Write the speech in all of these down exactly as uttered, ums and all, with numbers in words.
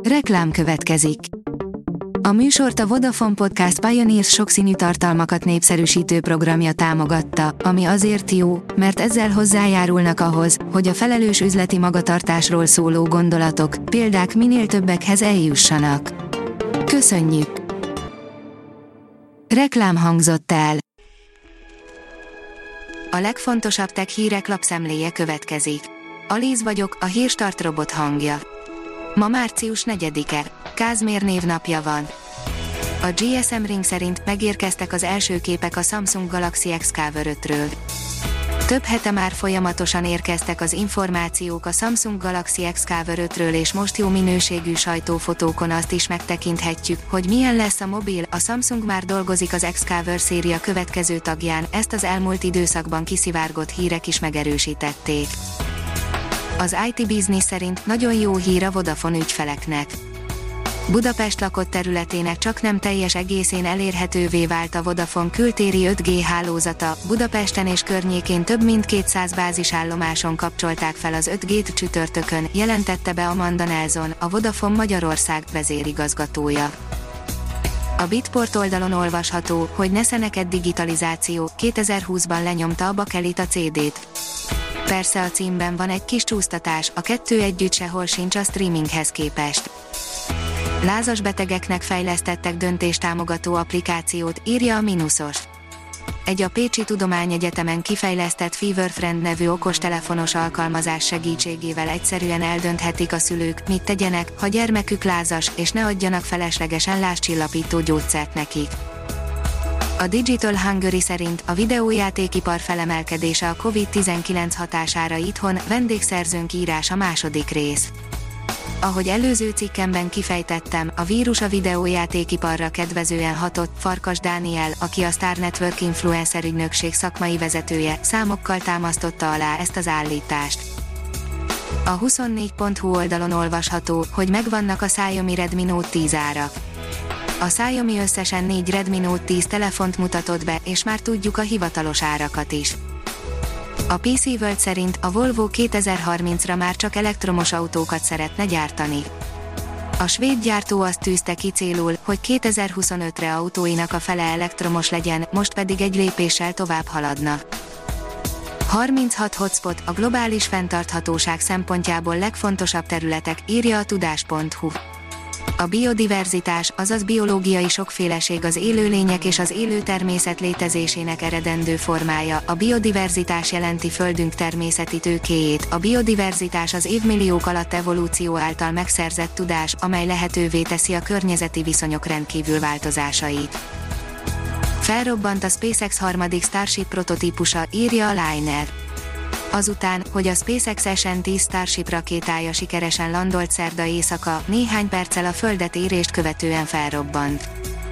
Reklám következik. A műsort a Vodafone Podcast Pioneers sokszínű tartalmakat népszerűsítő programja támogatta, ami azért jó, mert ezzel hozzájárulnak ahhoz, hogy a felelős üzleti magatartásról szóló gondolatok, példák minél többekhez eljussanak. Köszönjük! Reklám hangzott el. A legfontosabb tech hírek lapszemléje következik. Alíz vagyok, a Hírstart robot hangja. Ma március negyedike, Kázmér névnapja van. A gé es em Ring szerint megérkeztek az első képek a Samsung Galaxy Xcover ötről. Több hete már folyamatosan érkeztek az információk a Samsung Galaxy Xcover ötről, és most jó minőségű sajtófotókon azt is megtekinthetjük, hogy milyen lesz a mobil. A Samsung már dolgozik az Xcover széria következő tagján, ezt az elmúlt időszakban kiszivárgott hírek is megerősítették. Az i té Business szerint nagyon jó hír a Vodafone ügyfeleknek. Budapest lakott területének csaknem teljes egészén elérhetővé vált a Vodafone kültéri öt gé hálózata. Budapesten és környékén több mint kétszáz bázisállomáson kapcsolták fel az öt gét csütörtökön, jelentette be Amanda Nelson, a Vodafone Magyarország vezérigazgatója. A Bitport oldalon olvasható, hogy nesze neked digitalizáció, kétezer-húszban lenyomta a Bakelit a cé dét. Persze a címben van egy kis csúsztatás, a kettő együtt sehol sincs a streaminghez képest. Lázas betegeknek fejlesztettek döntéstámogató applikációt, írja a Minusos. Egy a Pécsi Tudományegyetemen kifejlesztett FeverFriend nevű okostelefonos alkalmazás segítségével egyszerűen eldönthetik a szülők, mit tegyenek, ha gyermekük lázas, és ne adjanak feleslegesen lázcsillapító gyógyszert nekik. A Digital Hungary szerint a videójátékipar felemelkedése a kovid tizenkilenc hatására itthon, vendégszerzőnk írás a második rész. Ahogy előző cikkemben kifejtettem, a vírus a videójátékiparra kedvezően hatott. Farkas Dániel, aki a Star Network influencer ügynökség szakmai vezetője, számokkal támasztotta alá ezt az állítást. A huszonnégy pont hu oldalon olvasható, hogy megvannak a Xiaomi Redmi Note tíz árak. A Xiaomi összesen négy Redmi Note tíz telefont mutatott be, és már tudjuk a hivatalos árakat is. A pé cé World szerint a Volvo kétezer-harmincra már csak elektromos autókat szeretne gyártani. A svéd gyártó azt tűzte ki célul, hogy kétezer-huszonötre autóinak a fele elektromos legyen, most pedig egy lépéssel tovább haladna. harminchat hotspot, a globális fenntarthatóság szempontjából legfontosabb területek, írja a tudás pont hu. A biodiverzitás, azaz biológiai sokféleség az élőlények és az élő természet létezésének eredendő formája. A biodiverzitás jelenti Földünk természeti tőkéjét. A biodiverzitás az évmilliók alatt evolúció által megszerzett tudás, amely lehetővé teszi a környezeti viszonyok rendkívül változásait. Felrobbant a SpaceX harmadik Starship prototípusa, írja a Liner. Azután, hogy a SpaceX es en tíz Starship rakétája sikeresen landolt szerda éjszaka, néhány perccel a Földet érést követően felrobbant.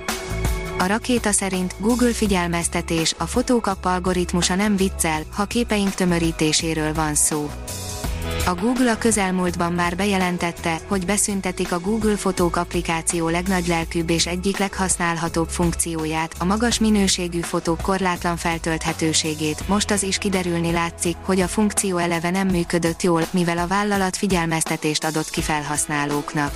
A rakéta szerint Google figyelmeztetés, a fotók app algoritmusa nem viccel, ha képeink tömörítéséről van szó. A Google a közelmúltban már bejelentette, hogy beszüntetik a Google Fotók applikáció legnagylelkűbb és egyik leghasználhatóbb funkcióját, a magas minőségű fotók korlátlan feltölthetőségét. Most az is kiderülni látszik, hogy a funkció eleve nem működött jól, mivel a vállalat figyelmeztetést adott ki felhasználóknak.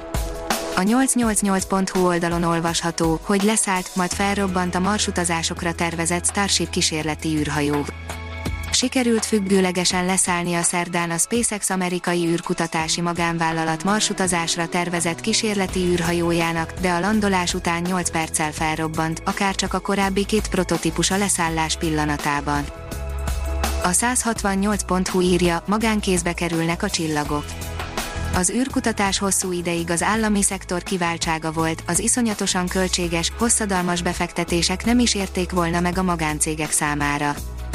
A nyolcszáznyolcvannyolc pont hu oldalon olvasható, hogy leszállt, majd felrobbant a marsutazásokra tervezett Starship kísérleti űrhajó. Sikerült függőlegesen leszállni a szerdán a SpaceX amerikai űrkutatási magánvállalat marsutazásra tervezett kísérleti űrhajójának, de a landolás után nyolc perccel felrobbant, akárcsak a korábbi két prototípus a leszállás pillanatában. A száz hatvannyolc pont hu írja, magánkézbe kerülnek a csillagok. Az űrkutatás hosszú ideig az állami szektor kiváltsága volt, az iszonyatosan költséges, hosszadalmas befektetések nem is érték volna meg a magáncégek számára.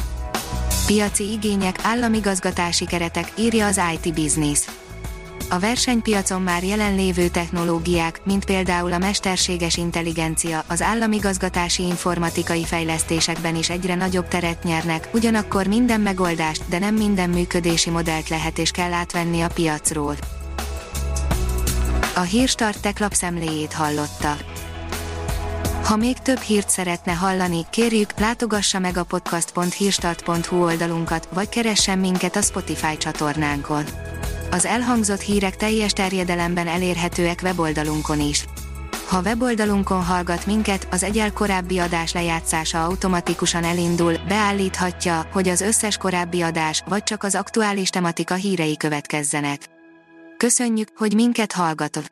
Piaci igények, államigazgatási keretek, írja az i té Business. A versenypiacon már jelenlévő technológiák, mint például a mesterséges intelligencia, az államigazgatási informatikai fejlesztésekben is egyre nagyobb teret nyernek, ugyanakkor minden megoldást, de nem minden működési modellt lehet és kell átvenni a piacról. A Hírstart Tech lapszemléjét hallotta. Ha még több hírt szeretne hallani, kérjük, látogassa meg a podcast pont hírstart pont hu oldalunkat, vagy keressen minket a Spotify csatornánkon. Az elhangzott hírek teljes terjedelemben elérhetőek weboldalunkon is. Ha weboldalunkon hallgat minket, az egyel korábbi adás lejátszása automatikusan elindul, beállíthatja, hogy az összes korábbi adás, vagy csak az aktuális tematika hírei következzenek. Köszönjük, hogy minket hallgatod!